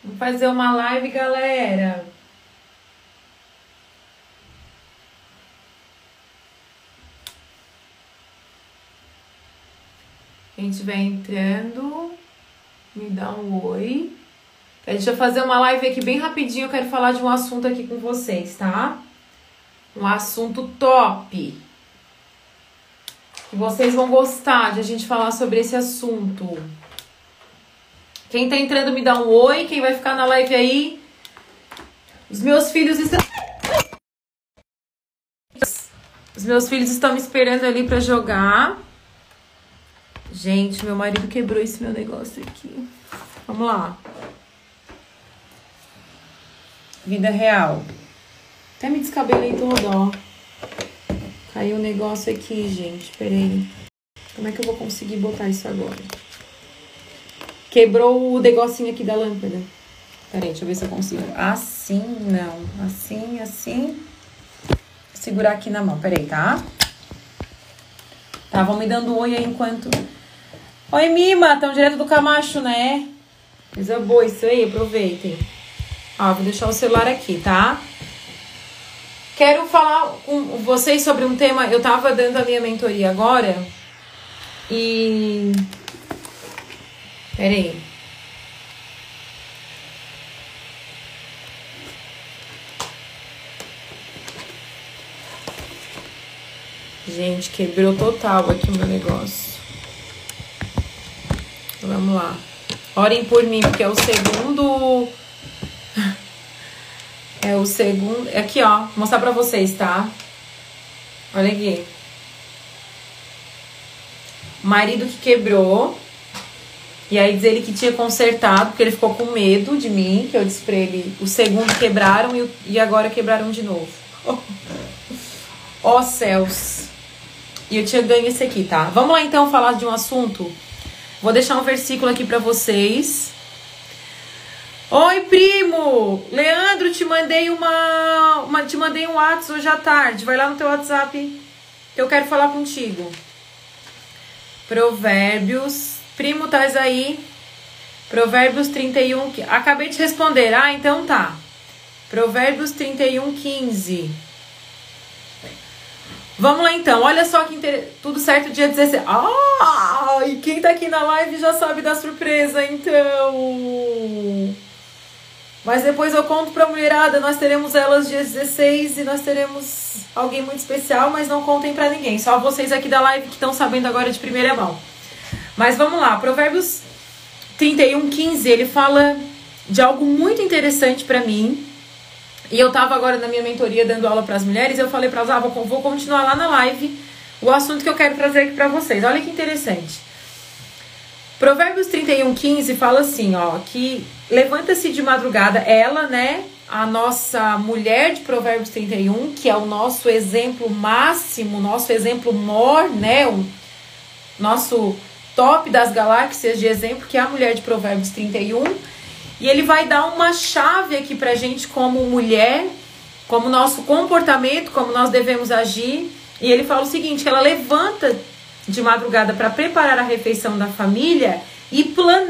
Vamos fazer uma live, galera. Quem estiver entrando, me dá um oi. Deixa eu fazer uma live aqui bem rapidinho. Eu quero falar de um assunto aqui com vocês, tá? Um assunto top. Que vocês vão gostar de a gente falar sobre esse assunto. Quem tá entrando, me dá um oi. Quem vai ficar na live aí? Os meus filhos estão... Os meus filhos estão me esperando ali pra jogar. Gente, meu marido quebrou esse meu negócio aqui. Vamos lá. Vida real. Até me descabelei todo, ó. Caiu um negócio aqui, gente. Peraí. Como é que eu vou conseguir botar isso agora? Quebrou o negocinho aqui da lâmpada. Peraí, deixa eu ver se eu consigo. Assim, não. Assim, assim. Vou segurar aqui na mão. Peraí, tá? Tá, vão me dando oi aí enquanto... Oi, Mima. Estão direto do Camacho, né? Coisa boa isso aí. Aproveitem. Ó, vou deixar o celular aqui, tá? Quero falar com vocês sobre um tema. Eu tava dando a minha mentoria agora. E... Peraí. Gente, quebrou total aqui o meu negócio. Vamos lá. Orem por mim, porque é o segundo... É o segundo... Aqui, ó. Vou mostrar pra vocês, tá? Olha aqui. O marido que quebrou. E aí diz ele que tinha consertado, porque ele ficou com medo de mim, que eu disse pra ele, o segundo quebraram e agora quebraram de novo. Ó céus. E eu tinha ganho esse aqui, tá? Vamos lá então falar de um assunto. Vou deixar um versículo aqui pra vocês. Oi, primo! Leandro, te mandei te mandei um WhatsApp hoje à tarde. Vai lá no teu WhatsApp que eu quero falar contigo. Provérbios... Primo, tá aí? Provérbios 31... Acabei de responder. Ah, então tá. Provérbios 31, 15. Vamos lá, então. Olha só que tudo certo, dia 16. Ah! E quem tá aqui na live já sabe da surpresa, então... Mas depois eu conto pra mulherada. Nós teremos elas dia 16 e nós teremos alguém muito especial, mas não contem pra ninguém. Só vocês aqui da live que estão sabendo agora de primeira mão. Mas vamos lá, Provérbios 31, 15, ele fala de algo muito interessante pra mim. E eu tava agora na minha mentoria dando aula pras mulheres, eu falei pra elas, vou continuar lá na live o assunto que eu quero trazer aqui pra vocês. Olha que interessante. Provérbios 31, 15 fala assim, ó, que levanta-se de madrugada, ela, né, a nossa mulher de Provérbios 31, que é o nosso exemplo máximo, nosso exemplo mor, né, o nosso... top das galáxias de exemplo, que é a mulher de Provérbios 31. E ele vai dar uma chave aqui pra gente como mulher, como nosso comportamento, como nós devemos agir. E ele fala o seguinte, que ela levanta de madrugada para preparar a refeição da família e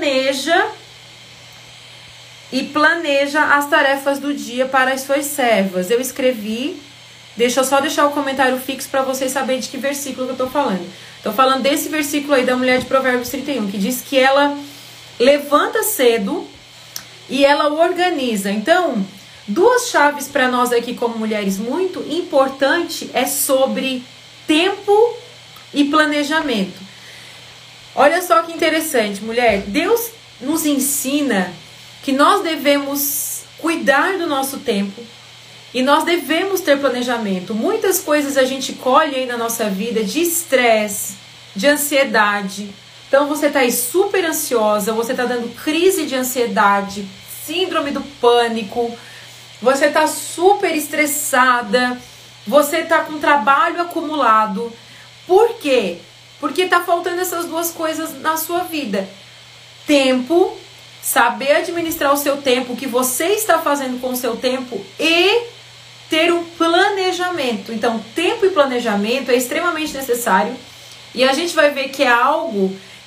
planeja as tarefas do dia para as suas servas. Eu escrevi, deixa eu só deixar o comentário fixo para vocês saberem de que versículo que eu tô falando. Tô falando desse versículo aí da mulher de Provérbios 31, que diz que ela levanta cedo e ela organiza. Então, duas chaves para nós aqui como mulheres muito importante é sobre tempo e planejamento. Olha só que interessante, mulher. Deus nos ensina que nós devemos cuidar do nosso tempo e nós devemos ter planejamento. Muitas coisas a gente colhe aí na nossa vida de estresse, de ansiedade. Então você tá aí super ansiosa, você tá dando crise de ansiedade, síndrome do pânico, você tá super estressada, você tá com trabalho acumulado. Por quê? Porque tá faltando essas duas coisas na sua vida. Tempo, saber administrar o seu tempo, o que você está fazendo com o seu tempo e ter um planejamento. Então, tempo e planejamento é extremamente necessário. E a gente vai ver que é algo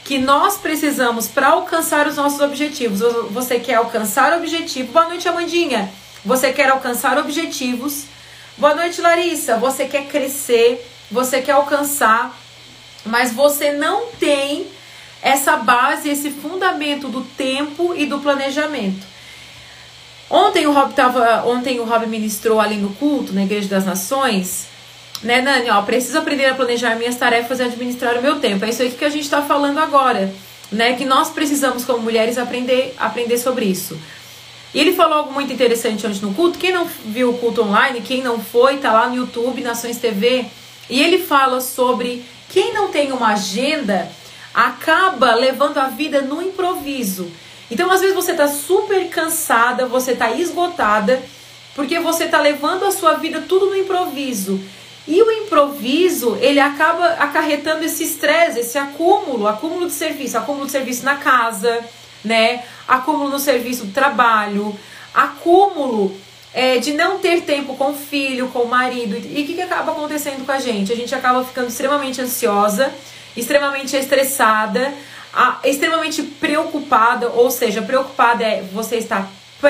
que nós precisamos para alcançar os nossos objetivos. Você quer alcançar o objetivo? Boa noite, Amandinha. Você quer alcançar objetivos? Boa noite, Larissa. Você quer crescer, você quer alcançar, mas você não tem essa base, esse fundamento do tempo e do planejamento. Ontem o Rob ministrou ali no culto, na Igreja das Nações, né, Nani? Ó, preciso aprender a planejar minhas tarefas e administrar o meu tempo. É isso aí que a gente está falando agora, né? Que nós precisamos, como mulheres, aprender sobre isso. E ele falou algo muito interessante ontem no culto. Quem não viu o culto online, quem não foi, tá lá no YouTube, Nações TV. E ele fala sobre quem não tem uma agenda acaba levando a vida no improviso. Então, às vezes você tá super cansada, você tá esgotada, porque você tá levando a sua vida tudo no improviso. E o improviso, ele acaba acarretando esse estresse, esse acúmulo de serviço na casa, né? Acúmulo no serviço do trabalho, acúmulo de não ter tempo com o filho, com o marido. E o que acaba acontecendo com a gente? A gente acaba ficando extremamente ansiosa, extremamente estressada, extremamente preocupada. Ou seja, preocupada é você estar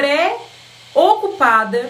preocupada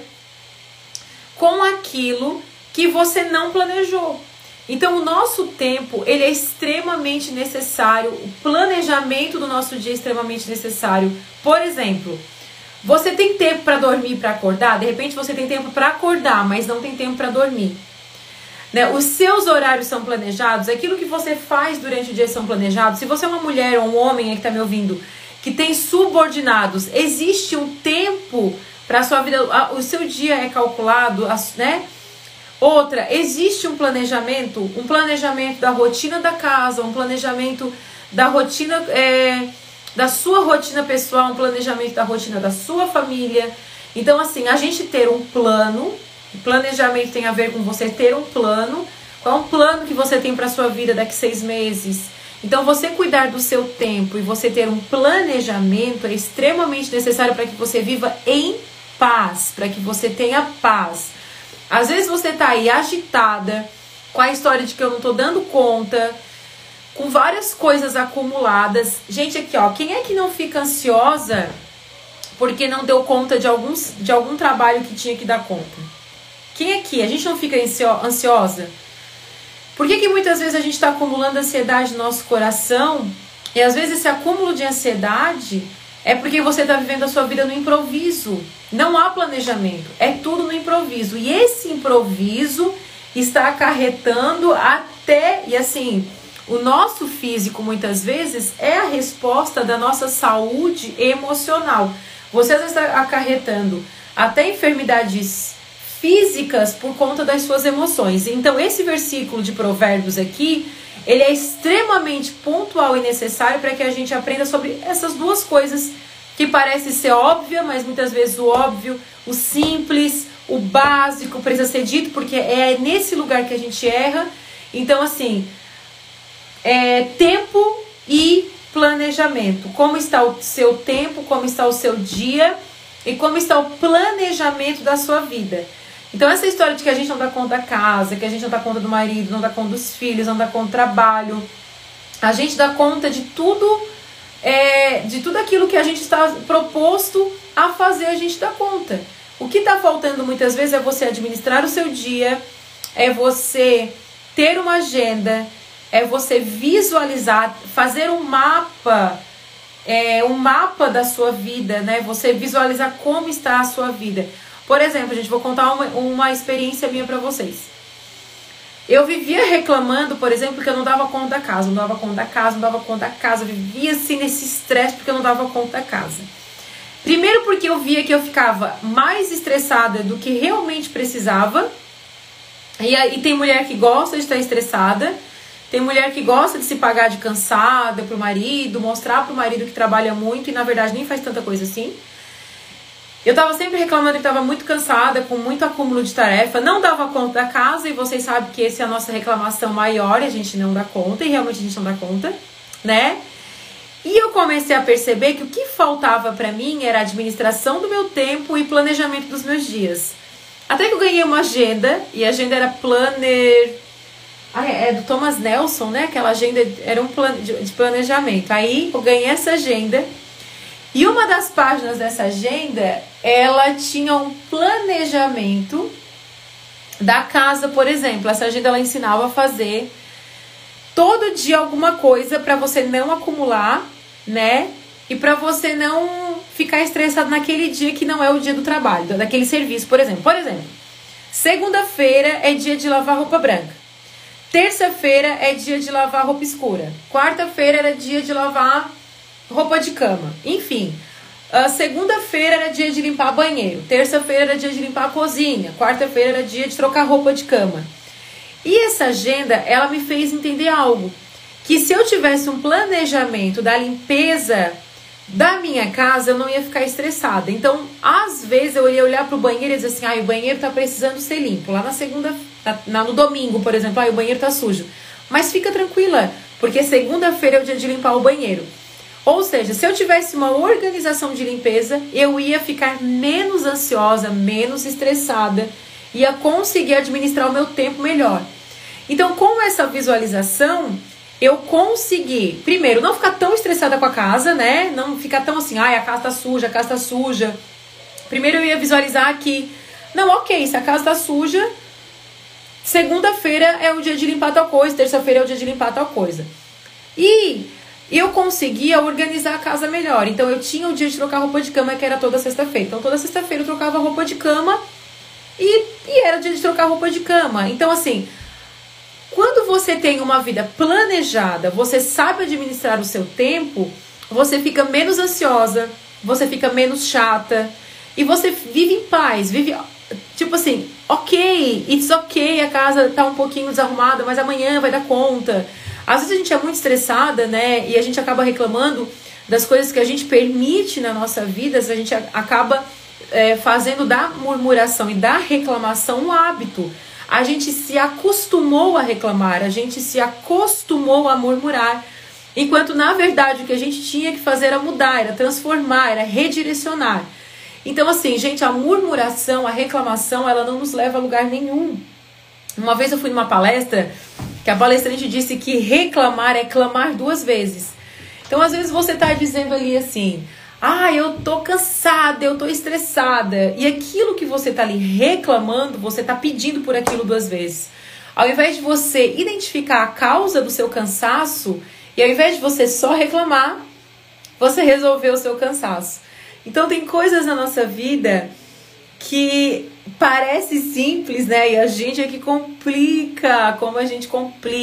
com aquilo que você não planejou. Então o nosso tempo, ele é extremamente necessário, o planejamento do nosso dia é extremamente necessário. Por exemplo, você tem tempo para dormir e para acordar? De repente você tem tempo para acordar, mas não tem tempo para dormir. Né? Os seus horários são planejados, aquilo que você faz durante o dia são planejados. Se você é uma mulher ou um homem que está me ouvindo, que tem subordinados, existe um tempo para a sua vida, o seu dia é calculado, né? Outra, existe um planejamento da rotina da casa, um planejamento da rotina, da sua rotina pessoal, um planejamento da rotina da sua família. Então, assim, a gente ter um plano, planejamento tem a ver com você ter um plano. Qual é um plano que você tem para a sua vida daqui a 6 meses? Então, você cuidar do seu tempo e você ter um planejamento é extremamente necessário para que você viva em paz, para que você tenha paz. Às vezes você tá aí agitada, com a história de que eu não tô dando conta, com várias coisas acumuladas. Gente, aqui ó, quem é que não fica ansiosa porque não deu conta de algum trabalho que tinha que dar conta? Quem aqui? A gente não fica ansiosa? Por que muitas vezes a gente está acumulando ansiedade no nosso coração? E às vezes esse acúmulo de ansiedade é porque você está vivendo a sua vida no improviso. Não há planejamento, é tudo no improviso. E esse improviso está acarretando e assim, o nosso físico muitas vezes é a resposta da nossa saúde emocional. Você às vezes está acarretando até enfermidades físicas por conta das suas emoções. Então esse versículo de Provérbios aqui, ele é extremamente pontual e necessário para que a gente aprenda sobre essas duas coisas que parece ser óbvia, mas muitas vezes o óbvio, o simples, o básico precisa ser dito, porque é nesse lugar que a gente erra. Então, assim, tempo e planejamento. Como está o seu tempo, como está o seu dia e como está o planejamento da sua vida. Então, essa história de que a gente não dá conta da casa, que a gente não dá conta do marido, não dá conta dos filhos, não dá conta do trabalho, a gente dá conta de tudo aquilo que a gente está proposto a fazer, a gente dá conta. O que está faltando muitas vezes é você administrar o seu dia, é você ter uma agenda, é você visualizar, fazer um mapa da sua vida, né? Você visualizar como está a sua vida. Por exemplo, gente, vou contar uma experiência minha para vocês. Eu vivia reclamando, por exemplo, que eu não dava conta da casa, vivia assim nesse estresse porque eu não dava conta da casa. Primeiro porque eu via que eu ficava mais estressada do que realmente precisava. E tem mulher que gosta de estar estressada, tem mulher que gosta de se pagar de cansada pro marido, mostrar pro marido que trabalha muito e na verdade nem faz tanta coisa assim. Eu tava sempre reclamando que tava muito cansada, com muito acúmulo de tarefa, não dava conta da casa, e vocês sabem que essa é a nossa reclamação maior, e a gente não dá conta, e realmente a gente não dá conta, né? E eu comecei a perceber que o que faltava pra mim era a administração do meu tempo e planejamento dos meus dias. Até que eu ganhei uma agenda, e a agenda era planner, É do Thomas Nelson, né? Aquela agenda era um plano de planejamento. Aí eu ganhei essa agenda. E uma das páginas dessa agenda, ela tinha um planejamento da casa, por exemplo. Essa agenda ela ensinava a fazer todo dia alguma coisa para você não acumular, né? E para você não ficar estressado naquele dia que não é o dia do trabalho, daquele serviço, por exemplo. Por exemplo, segunda-feira é dia de lavar roupa branca. Terça-feira é dia de lavar roupa escura. Quarta-feira era dia de lavar roupa de cama. Enfim, segunda-feira era dia de limpar banheiro. Terça-feira era dia de limpar a cozinha. Quarta-feira era dia de trocar roupa de cama. E essa agenda, ela me fez entender algo. Que se eu tivesse um planejamento da limpeza da minha casa, eu não ia ficar estressada. Então, às vezes, eu ia olhar pro banheiro e dizer assim, o banheiro tá precisando ser limpo. Lá na segunda, no domingo, por exemplo, o banheiro tá sujo. Mas fica tranquila, porque segunda-feira é o dia de limpar o banheiro. Ou seja, se eu tivesse uma organização de limpeza, eu ia ficar menos ansiosa, menos estressada, ia conseguir administrar o meu tempo melhor. Então, com essa visualização, eu consegui, primeiro, não ficar tão estressada com a casa, né? Não ficar tão assim, a casa tá suja, a casa tá suja. Primeiro eu ia visualizar que, não, ok, se a casa tá suja, segunda-feira é o dia de limpar tal coisa, terça-feira é o dia de limpar tal coisa. E eu conseguia organizar a casa melhor. Então eu tinha o dia de trocar roupa de cama, que era toda sexta-feira. Então toda sexta-feira eu trocava roupa de cama e era o dia de trocar roupa de cama. Então assim, quando você tem uma vida planejada, você sabe administrar o seu tempo, você fica menos ansiosa, você fica menos chata e você vive em paz, vive tipo assim, ok, it's ok, a casa tá um pouquinho desarrumada, mas amanhã vai dar conta. Às vezes a gente é muito estressada, né, e a gente acaba reclamando das coisas que a gente permite na nossa vida, a gente acaba fazendo da murmuração e da reclamação um hábito. A gente se acostumou a reclamar, a gente se acostumou a murmurar, enquanto na verdade o que a gente tinha que fazer era mudar, era transformar, era redirecionar. Então assim, gente, a murmuração, a reclamação, ela não nos leva a lugar nenhum. Uma vez eu fui numa palestra que a palestrante disse que reclamar é clamar 2 vezes. Então às vezes você está dizendo ali assim, eu tô cansada, eu tô estressada. E aquilo que você tá ali reclamando, você tá pedindo por aquilo 2 vezes. Ao invés de você identificar a causa do seu cansaço, e ao invés de você só reclamar, você resolveu o seu cansaço. Então tem coisas na nossa vida que parece simples, né? E a gente é que complica, como a gente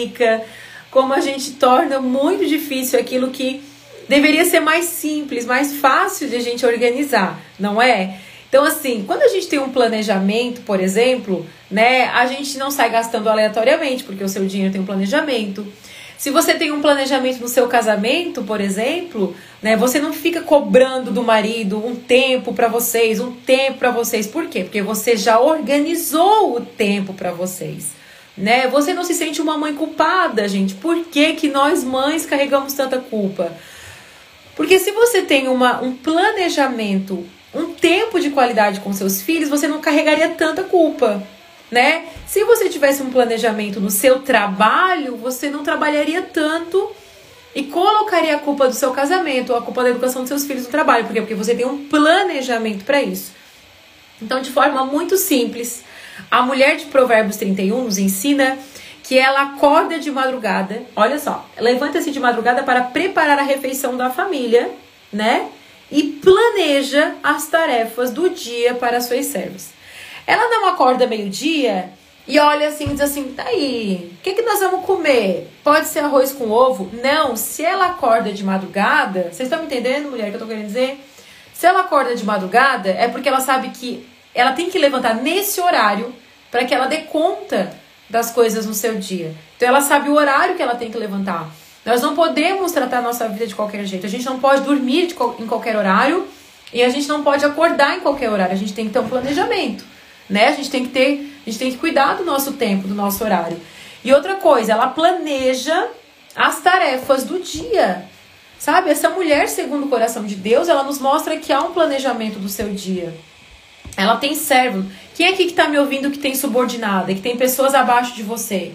torna muito difícil aquilo que deveria ser mais simples, mais fácil de a gente organizar, não é? Então, assim, quando a gente tem um planejamento, por exemplo, né, a gente não sai gastando aleatoriamente, porque o seu dinheiro tem um planejamento. Se você tem um planejamento no seu casamento, por exemplo, né, você não fica cobrando do marido um tempo para vocês. Por quê? Porque você já organizou o tempo para vocês. Né? Você não se sente uma mãe culpada, gente. Por que que nós mães carregamos tanta culpa? Porque se você tem um planejamento, um tempo de qualidade com seus filhos, você não carregaria tanta culpa, né? Se você tivesse um planejamento no seu trabalho, você não trabalharia tanto e colocaria a culpa do seu casamento ou a culpa da educação dos seus filhos no trabalho. Por quê? Porque você tem um planejamento para isso. Então, de forma muito simples, a mulher de Provérbios 31 nos ensina que ela acorda de madrugada, olha só, levanta-se de madrugada para preparar a refeição da família, né? E planeja as tarefas do dia para as suas servas. Ela não acorda meio-dia e olha assim e diz assim, tá aí, o que nós vamos comer? Pode ser arroz com ovo? Não, se ela acorda de madrugada, vocês estão me entendendo, mulher, o que eu tô querendo dizer? Se ela acorda de madrugada, é porque ela sabe que ela tem que levantar nesse horário para que ela dê conta das coisas no seu dia. Então ela sabe o horário que ela tem que levantar. Nós não podemos tratar a nossa vida de qualquer jeito. A gente não pode dormir em qualquer horário e a gente não pode acordar em qualquer horário. A gente tem que ter um planejamento, né? A gente tem que cuidar do nosso tempo, do nosso horário. E outra coisa, ela planeja as tarefas do dia. Sabe? Essa mulher, segundo o coração de Deus, ela nos mostra que há um planejamento do seu dia. Ela tem servo. Quem aqui que está me ouvindo que tem subordinada, que tem pessoas abaixo de você?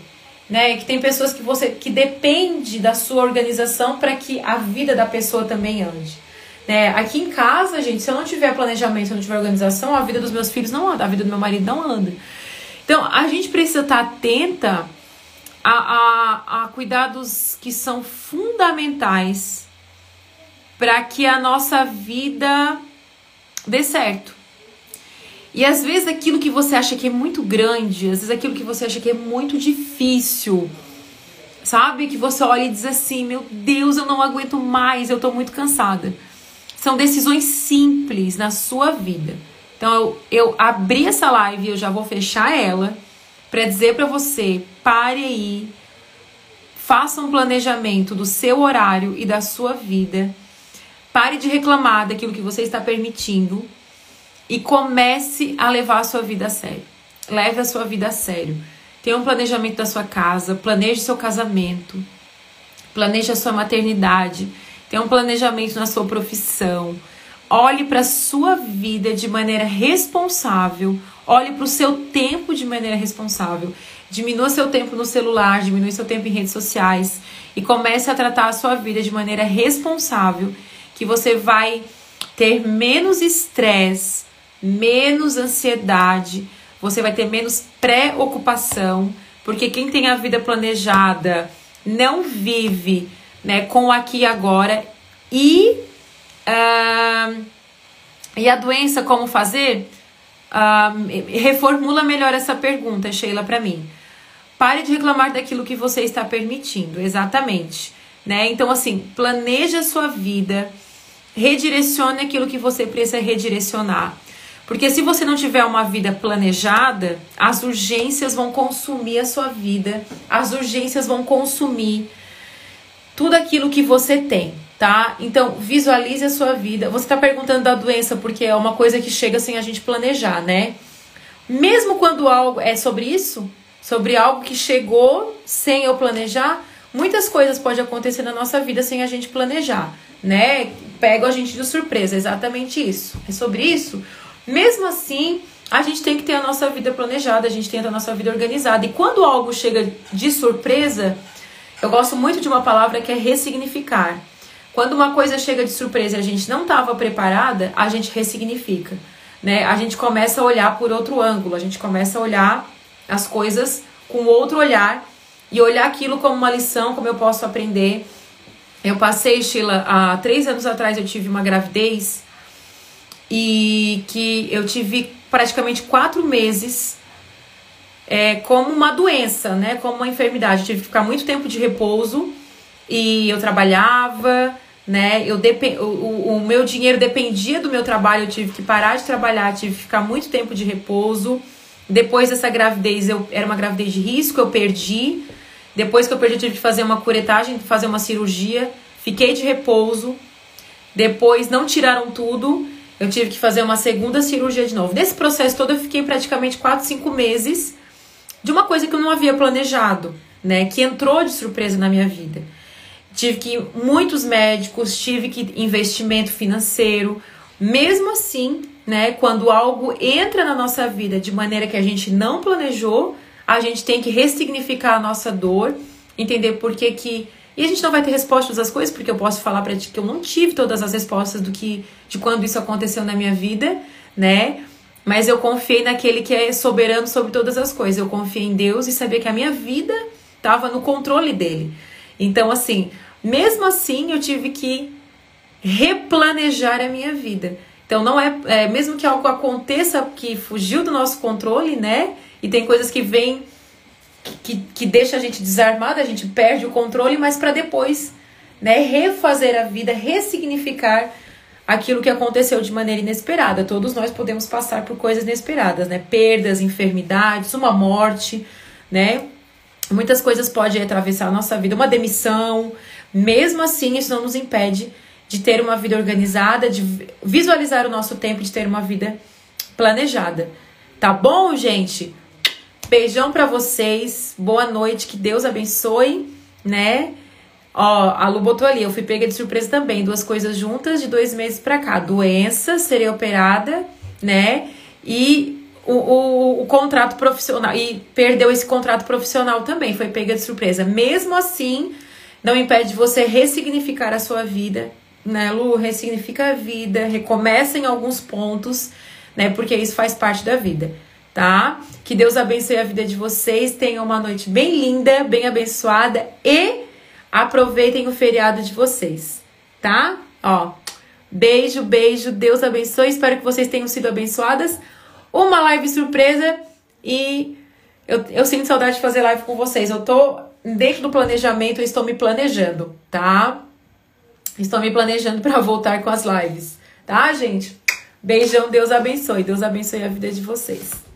né? Que tem pessoas que depende da sua organização para que a vida da pessoa também ande. Né? Aqui em casa, gente, se eu não tiver planejamento, se eu não tiver organização, a vida dos meus filhos não anda, a vida do meu marido não anda. Então, a gente precisa estar atenta a cuidados que são fundamentais para que a nossa vida dê certo. E às vezes aquilo que você acha que é muito grande, às vezes aquilo que você acha que é muito difícil, sabe? Que você olha e diz assim, meu Deus, eu não aguento mais, eu tô muito cansada. São decisões simples na sua vida. Então eu abri essa live e eu já vou fechar ela para dizer para você, pare aí, faça um planejamento do seu horário e da sua vida. Pare de reclamar daquilo que você está permitindo e comece a levar a sua vida a sério. Leve a sua vida a sério. Tenha um planejamento da sua casa, planeje seu casamento, planeje a sua maternidade, tenha um planejamento na sua profissão. Olhe para a sua vida de maneira responsável, olhe para o seu tempo de maneira responsável. Diminua seu tempo no celular, diminua seu tempo em redes sociais e comece a tratar a sua vida de maneira responsável, que você vai ter menos estresse, menos ansiedade, você vai ter menos preocupação, porque quem tem a vida planejada não vive, né, com o aqui e agora. E a doença, como fazer? Reformula melhor essa pergunta, Sheila, para mim. Pare de reclamar daquilo que você está permitindo, exatamente, né? Então, assim, planeje a sua vida, redirecione aquilo que você precisa redirecionar. Porque se você não tiver uma vida planejada, as urgências vão consumir a sua vida, as urgências vão consumir tudo aquilo que você tem, tá? Então, visualize a sua vida. Você está perguntando da doença porque é uma coisa que chega sem a gente planejar, né? Mesmo quando algo é sobre isso, sobre algo que chegou sem eu planejar, muitas coisas podem acontecer na nossa vida sem a gente planejar, né? Pega a gente de surpresa, exatamente isso. É sobre isso. Mesmo assim, a gente tem que ter a nossa vida planejada, a gente tem a nossa vida organizada. E quando algo chega de surpresa, eu gosto muito de uma palavra que é ressignificar. Quando uma coisa chega de surpresa e a gente não estava preparada, a gente ressignifica, né? A gente começa a olhar por outro ângulo, a gente começa a olhar as coisas com outro olhar e olhar aquilo como uma lição, como eu posso aprender. Eu passei, Sheila, há 3 anos atrás eu tive uma gravidez e que eu tive praticamente 4 meses como uma doença, né? Como uma enfermidade. Eu tive que ficar muito tempo de repouso e eu trabalhava, né? O meu dinheiro dependia do meu trabalho, eu tive que parar de trabalhar, tive que ficar muito tempo de repouso. Depois dessa gravidez, era uma gravidez de risco, eu perdi. Depois que eu perdi, eu tive que fazer uma curetagem, fazer uma cirurgia. Fiquei de repouso. Depois não tiraram tudo. Eu tive que fazer uma segunda cirurgia de novo. Nesse processo todo, eu fiquei praticamente 4, 5 meses de uma coisa que eu não havia planejado, né? Que entrou de surpresa na minha vida. Tive que ir muitos médicos, tive que investimento financeiro. Mesmo assim, né? Quando algo entra na nossa vida de maneira que a gente não planejou, a gente tem que ressignificar a nossa dor, entender por que que... E a gente não vai ter respostas das coisas, porque eu posso falar pra ti que eu não tive todas as respostas de quando isso aconteceu na minha vida, né? Mas eu confiei naquele que é soberano sobre todas as coisas. Eu confiei em Deus e sabia que a minha vida estava no controle dele. Então, assim, mesmo assim, eu tive que replanejar a minha vida. Então, não mesmo que algo aconteça que fugiu do nosso controle, né? E tem coisas que vêm que deixa a gente desarmada, a gente perde o controle, mas para depois, né, refazer a vida, ressignificar aquilo que aconteceu de maneira inesperada. Todos nós podemos passar por coisas inesperadas, né? Perdas, enfermidades, uma morte, né? Muitas coisas podem atravessar a nossa vida, uma demissão. Mesmo assim, isso não nos impede de ter uma vida organizada, de visualizar o nosso tempo, de ter uma vida planejada. Tá bom, gente? Beijão pra vocês, boa noite, que Deus abençoe, né? Ó, a Lu botou ali, eu fui pega de surpresa também, 2 coisas juntas de 2 meses pra cá. Doença, serei operada, né? E o contrato profissional e perdeu esse contrato profissional também, foi pega de surpresa. Mesmo assim, não impede de você ressignificar a sua vida, né, Lu? Ressignifica a vida, recomeça em alguns pontos, né, porque isso faz parte da vida, tá? Que Deus abençoe a vida de vocês, tenham uma noite bem linda, bem abençoada e aproveitem o feriado de vocês, tá? Ó, beijo, beijo, Deus abençoe, espero que vocês tenham sido abençoadas. Uma live surpresa e eu sinto saudade de fazer live com vocês. Eu tô dentro do planejamento, eu estou me planejando, tá? Estou me planejando para voltar com as lives, tá, gente? Beijão, Deus abençoe a vida de vocês.